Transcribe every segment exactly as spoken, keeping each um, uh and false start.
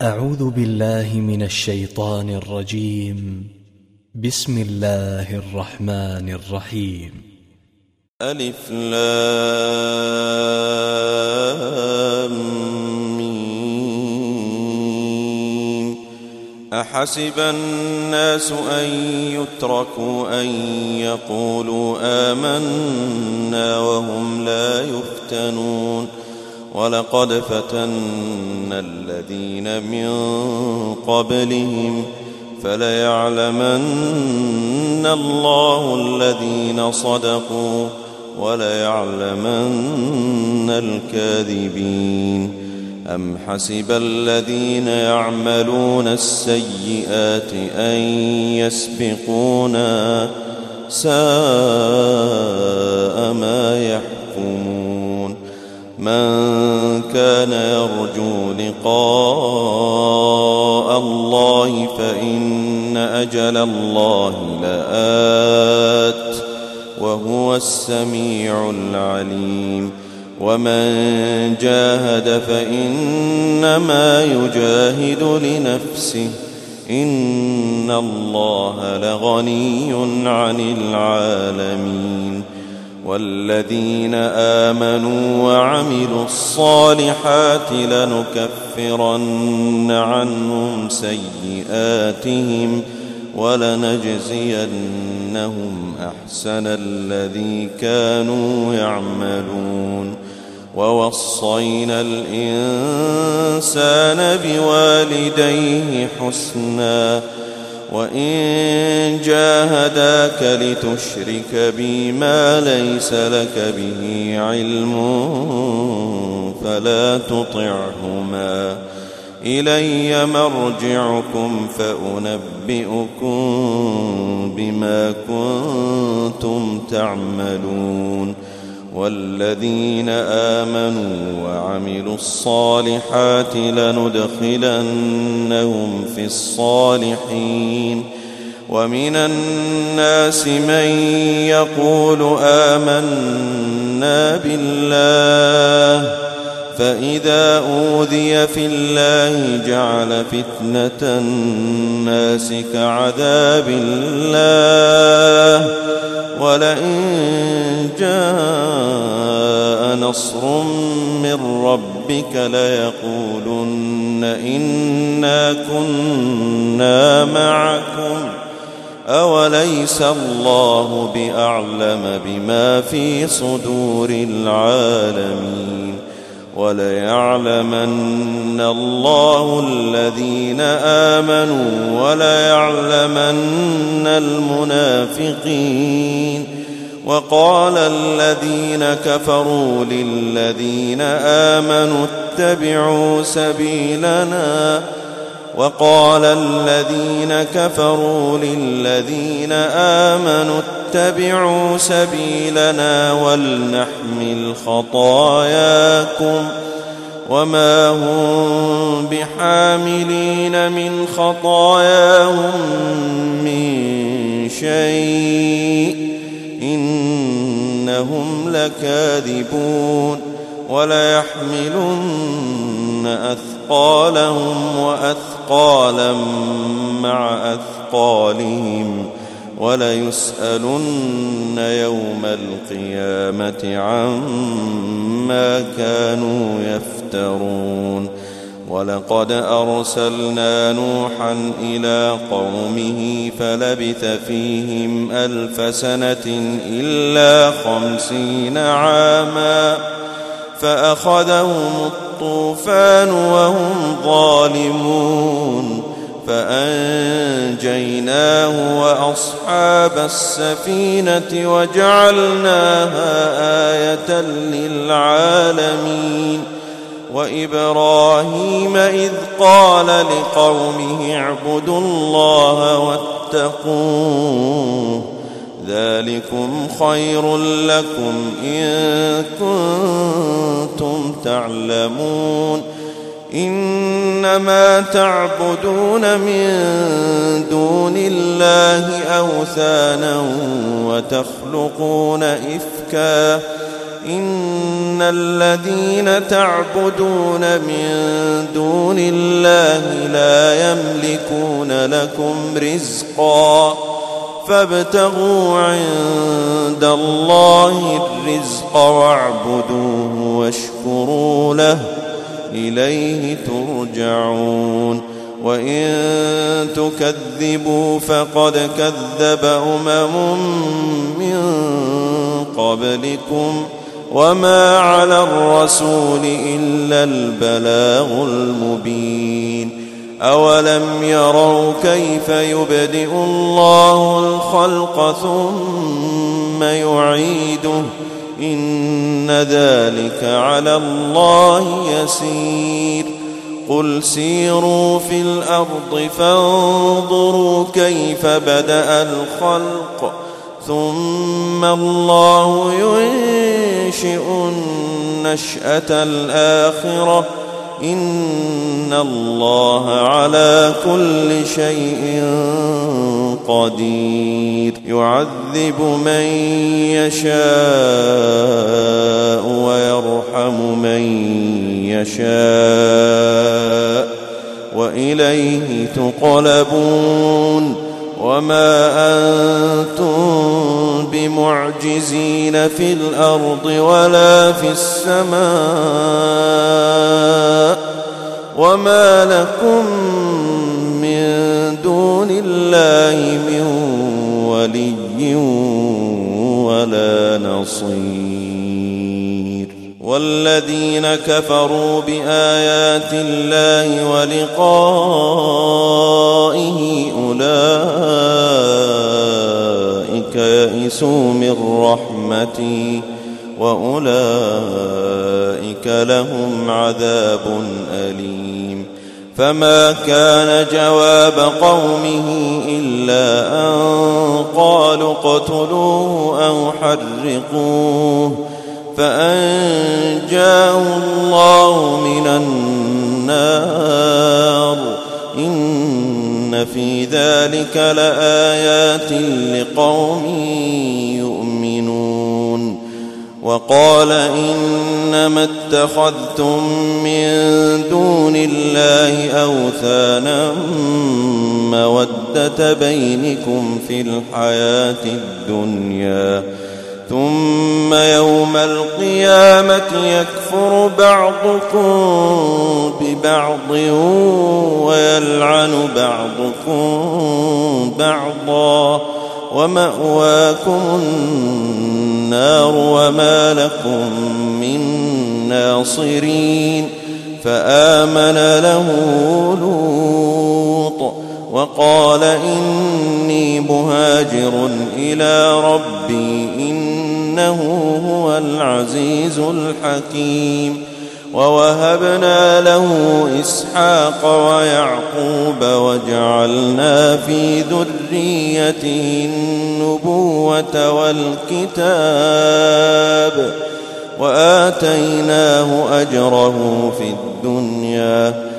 أعوذ بالله من الشيطان الرجيم. بسم الله الرحمن الرحيم. ألف لام ميم. أحسب الناس أن يتركوا أن يقولوا آمنا وهم لا يفتنون ولقد فتنا الذين من قبلهم فليعلمن الله الذين صدقوا وليعلمن الكاذبين. أم حسب الذين يعملون السيئات أن يسبقونا ساء ما يحكمون. من كان يرجو لقاء الله فإن أجل الله لآت وهو السميع العليم. ومن جاهد فإنما يجاهد لنفسه إن الله لغني عن العالمين. والذين آمنوا وعملوا الصالحات لنكفرن عنهم سيئاتهم ولنجزينهم أحسن الذي كانوا يعملون. ووصينا الإنسان بوالديه حسنا وإن جاهداك لتشرك بي ما ليس لك به علم فلا تطعهما إلي مرجعكم فأنبئكم بما كنتم تعملون. والذين آمنوا وعملوا الصالحات لندخلنهم في الصالحين. ومن الناس من يقول آمنا بالله فإذا أوذي في الله جعل فتنة الناس كعذاب الله ولئن جاء نصر من ربك ليقولن إنا كنا معكم أوليس الله بأعلم بما في صدور العالمين. وليعلمن الله الذين آمنوا وليعلمن المنافقين. وقال الذين كفروا للذين آمنوا اتبعوا سبيلنا وقال الذين كفروا للذين آمنوا اتبعوا سبيلنا ولنحمل خطاياكم وما هم بحاملين من خطاياهم من شيء إنهم لكاذبون. وليحملن أثقالهم وأثقالا مع أثقالهم وليسألن يوم القيامة عما كانوا يفترون. ولقد أرسلنا نوحا إلى قومه فلبث فيهم ألف سنة إلا خمسين عاما فأخذهم الطوفان وهم ظالمون فأنجيناه وأصحاب السفينة وجعلناها آية للعالمين. وإبراهيم إذ قال لقومه اعبدوا الله واتقوه ذلكم خير لكم إن كنتم تعلمون. إنما تعبدون من دون الله أوثانا وتخلقون إفكا إن الذين تعبدون من دون الله لا يملكون لكم رزقا فابتغوا عند الله الرزق واعبدوه واشكروا له إليه ترجعون وإن تكذبوا فقد كذب أمم من قبلكم وما على الرسول إلا البلاغ المبين أولم يروا كيف يبدئ الله الخلق ثم يعيده إن ذلك على الله يسير قل سيروا في الأرض فانظروا كيف بدأ الخلق ثم الله ينشئ النشأة الآخرة إن الله على كل شيء قدير يعذب من يشاء ويرحم من يشاء وإليه تقلبون وما أنتم بمعجزين في الأرض ولا في السماء وما لكم من دون الله من ولي ولا نصير والذين كفروا بآيات الله ولقائه أولئك يئسوا من رحمتي وأولئك لهم عذاب أليم فما كان جواب قومه إلا أن قالوا اقتلوه أو حرقوه فأنجاه الله من النار إن في ذلك لآيات لقوم يؤمنون وقال إنما اتخذتم من دون الله أوثانا مودة بينكم في الحياة الدنيا ثم يوم القيامة يكفر بعضكم ببعض ويلعن بعضكم بعضا ومأواكم النار وما لكم من ناصرين فآمن له لوط وقال إني مهاجر إلى ربي إنه هو العزيز الحكيم ووهبنا له إسحاق ويعقوب وجعلنا في ذريته النبوة والكتاب وآتيناه أجره في الدنيا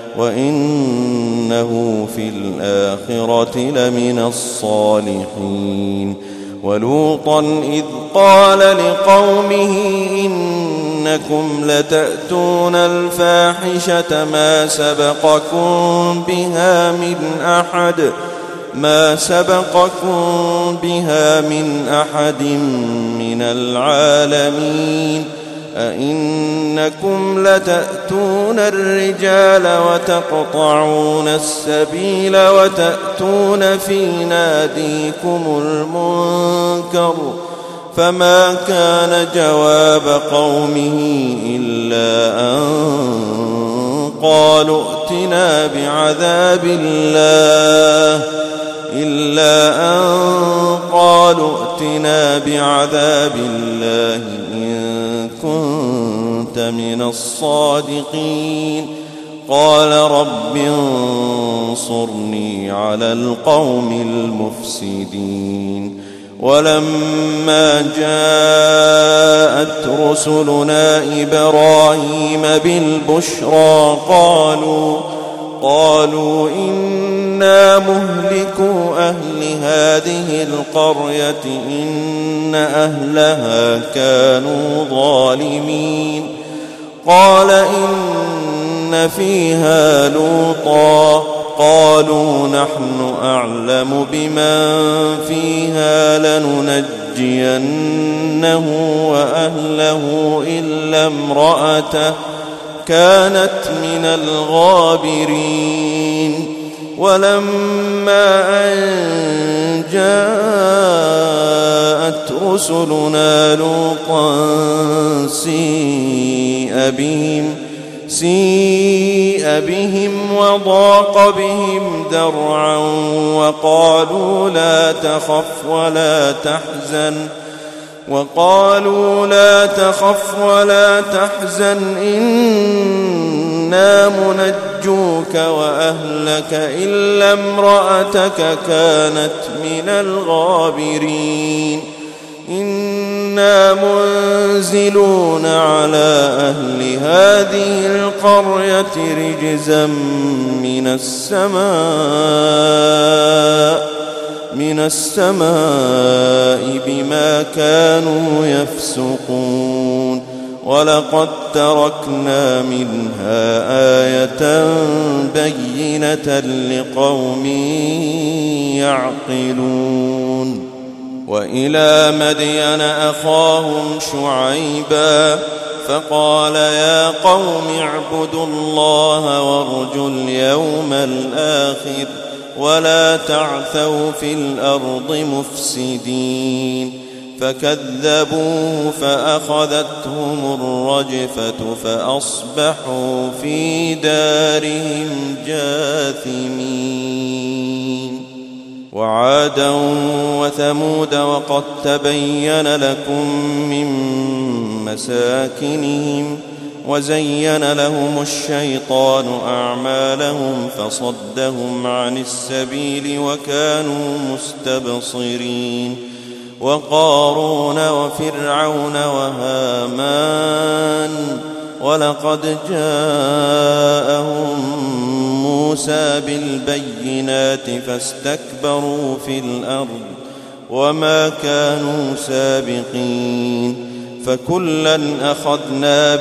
وإنه في الآخرة لمن الصالحين ولوطا إذ قال لقومه إنكم لتأتون الفاحشة ما سبقكم بها من أحد ما سبقكم بها من أحد من العالمين أئنكم لتأتون الرجال وتقطعون السبيل وتأتون في ناديكم المنكر فما كان جواب قومه إلا أن قالوا ائتنا بعذاب الله إلا أن قالوا ائتنا بعذاب الله إن كنت من الصادقين قال رب انصرني على القوم المفسدين ولما جاءت رسلنا إبراهيم بالبشرى قالوا قالوا إنا مهلكو أهل هذه القرية إن أهلها كانوا ظالمين قال إن فيها لوطا قالوا نحن أعلم بمن فيها لننجينه وأهله إلا امرأته كانت من الغابرين ولما أن جاءت رسلنا لوطا سيء بهم سيء بهم وضاق بهم ذرعا وقالوا لا تخف ولا تحزن وقالوا لا تخف ولا تحزن إنا منجوك وأهلك إلا امرأتك كانت من الغابرين إنا منزلون على أهل هذه القرية رجزا من السماء من السماء بما كانوا يفسقون ولقد تركنا منها آية بينة لقوم يعقلون وإلى مدين أخاهم شعيبا فقال يا قوم اعبدوا الله وارجوا اليوم الآخر ولا تعثوا في الأرض مفسدين فكذبوه فأخذتهم الرجفة فأصبحوا في دارهم جاثمين وعادا وثمود وقد تبين لكم من مساكنهم وزين لهم الشيطان أعمالهم فصدهم عن السبيل وكانوا مستبصرين وقارون وفرعون وهامان ولقد جاءهم موسى بالبينات فاستكبروا في الأرض وما كانوا سابقين فكلا أخذنا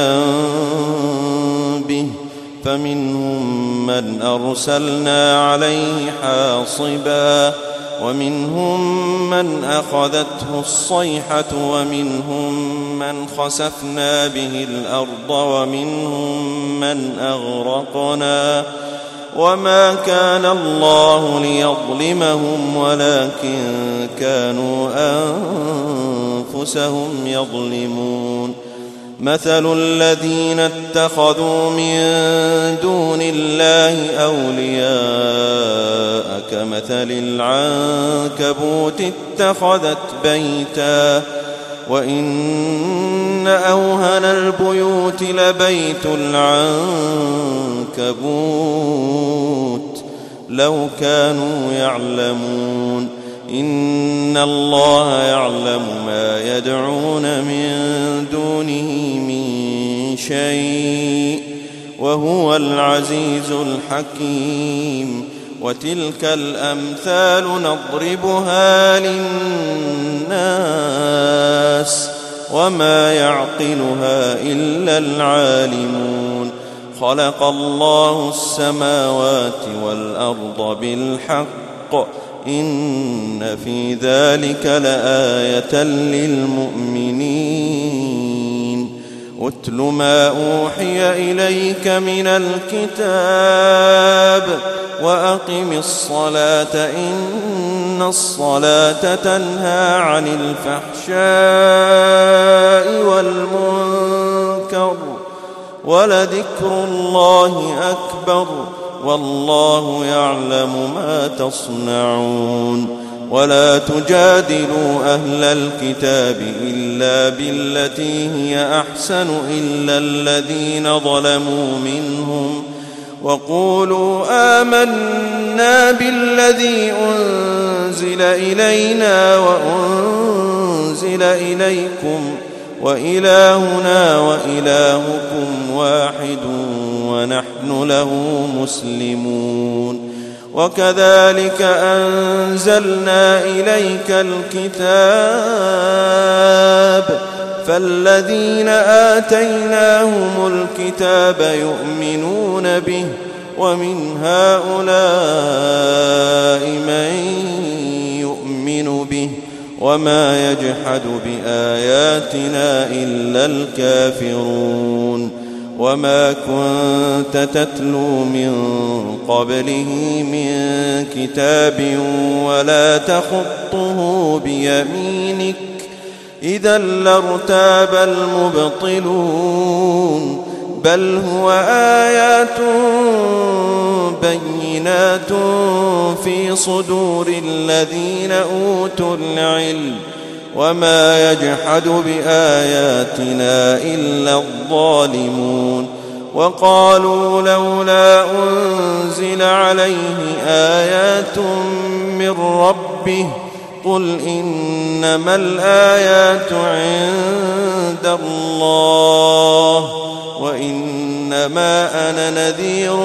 بذنبه فمنهم من أرسلنا عليه حاصبا ومنهم من أخذته الصيحة ومنهم من خسفنا به الأرض ومنهم من أغرقنا وما كان الله ليظلمهم ولكن كانوا أنفسهم يظلمون مثل الذين اتخذوا من دون الله أولياء كمثل العنكبوت اتخذت بيتا وإن أوهن البيوت لبيت العنكبوت لو كانوا يعلمون إن الله يعلم ما يدعون من دونه من شيء وهو العزيز الحكيم وتلك الأمثال نضربها للناس وما يعقلها إلا العالمون خلق الله السماوات والأرض بالحق إن في ذلك لآية للمؤمنين أتل ما أوحي إليك من الكتاب وأقم الصلاة إن الصلاة تنهى عن الفحشاء والمنكر ولذكر الله أكبر والله يعلم ما تصنعون ولا تجادلوا أهل الكتاب إلا بالتي هي أحسن إلا الذين ظلموا منهم وقولوا آمنا بالذي أنزل إلينا وأنزل إليكم وإلهنا وإلهكم واحد ونحن له مسلمون. وكذلك أنزلنا إليك الكتاب فالذين آتيناهم الكتاب يؤمنون به ومن هؤلاء من يؤمن به وما يجحد بآياتنا إلا الكافرون. وما كنت تتلو من قبله من كتاب ولا تخطه بيمينك إذا لارتاب المبطلون بل هو آيات بينات في صدور الذين أوتوا العلم وما يجحد بآياتنا إلا الظالمون. وقالوا لولا أنزل عليه آيات من ربه قل إنما الآيات عند الله وإنما أنا نذير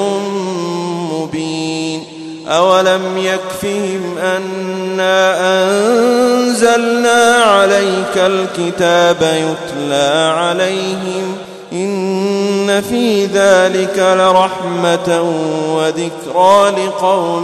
مبين. أولم يكفهم أنا أنزلنا عليك الكتاب يتلى عليهم إن في ذلك لرحمة وذكرى لقوم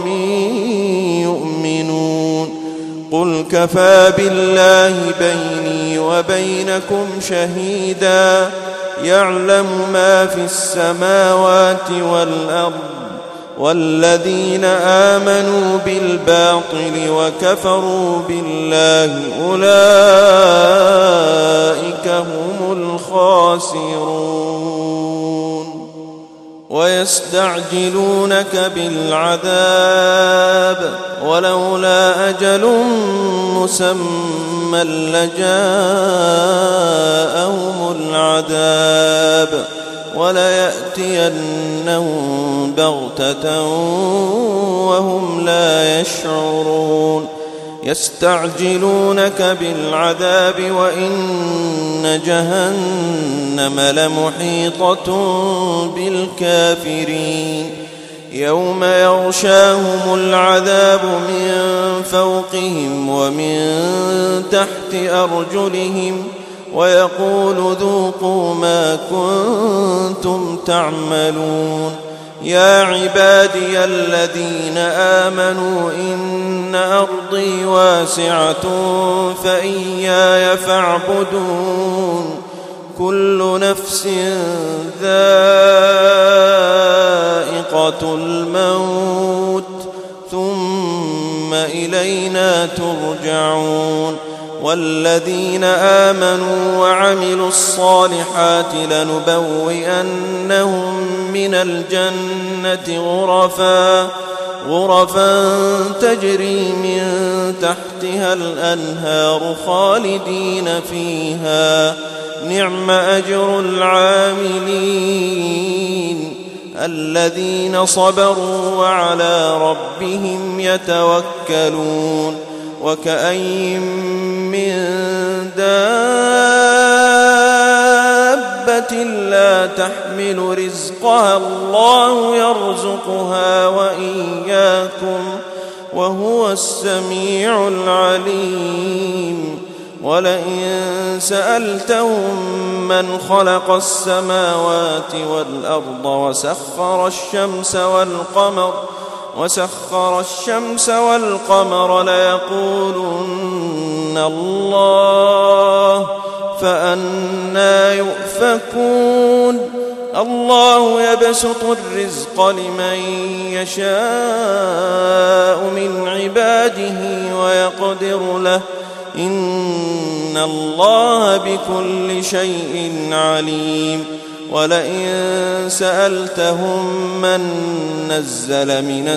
يؤمنون. قل كفى بالله بيني وبينكم شهيدا يعلم ما في السماوات والأرض والذين آمنوا بالباطل وكفروا بالله أولئك هم الخاسرون. ويستعجلونك بالعذاب ولولا أجل مسمى لجاءهم العذاب وليأتينهم بغتة وهم لا يشعرون. يستعجلونك بالعذاب وإن جهنم لمحيطة بالكافرين يوم يغشاهم العذاب من فوقهم ومن تحت أرجلهم ويقول ذوقوا ما كنتم تعملون. يا عبادي الذين آمنوا إن أرضي واسعة فإياي فاعبدون. كل نفس ذائقة الموت ثم إلينا ترجعون. والذين آمنوا وعملوا الصالحات لنبوئنهم من الجنة غرفا غرفا تجري من تحتها الأنهار خالدين فيها نعم أجر العاملين الذين صبروا وعلى ربهم يتوكلون. وكأين من دابة لا تحمل رزقها الله يرزقها وإياكم وهو السميع العليم. ولئن سألتهم من خلق السماوات والأرض وسخر الشمس والقمر وسخر الشمس والقمر ليقولن الله فأنى يؤفكون. الله يبسط الرزق لمن يشاء من عباده ويقدر له إن الله بكل شيء عليم. ولئن سألتهم من نزل من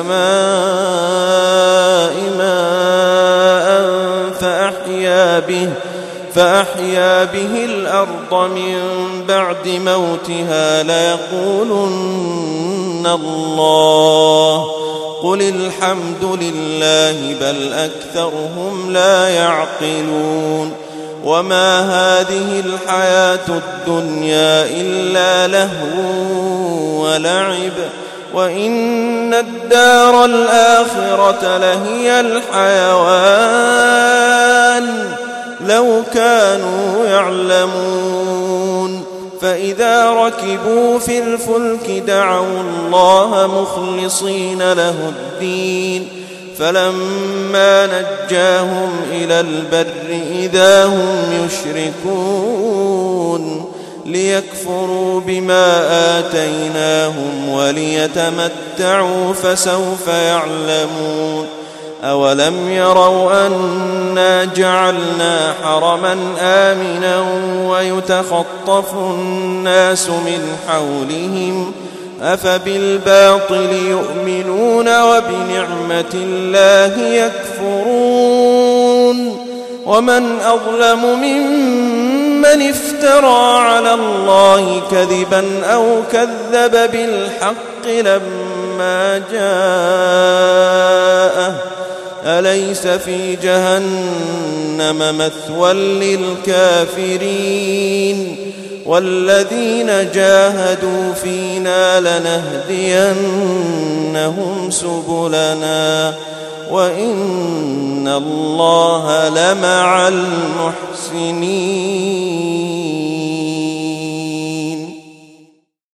السماء ماء فأحيا به فأحيا به الأرض من بعد موتها ليقولن الله قل الحمد لله بل أكثرهم لا يعقلون. وما هذه الحياة الدنيا إلا لهو ولعب وإن الدار الآخرة لهي الحيوان لو كانوا يعلمون فإذا ركبوا في الفلك دعوا الله مخلصين له الدين فلما نجاهم إلى البر إذا هم يشركون ليكفروا بما آتيناهم وليتمتعوا فسوف يعلمون أولم يروا أنا جعلنا حرما آمنا ويتخطف الناس من حولهم أفبالباطل يؤمنون وبنعمة الله يكفرون ومن أظلم ممن افترى على الله كذبا أو كذب بالحق لما جاءه أليس في جهنم مثوى للكافرين والذين جاهدوا فينا لنهدينهم سبلنا وإن الله لمع المحسنين.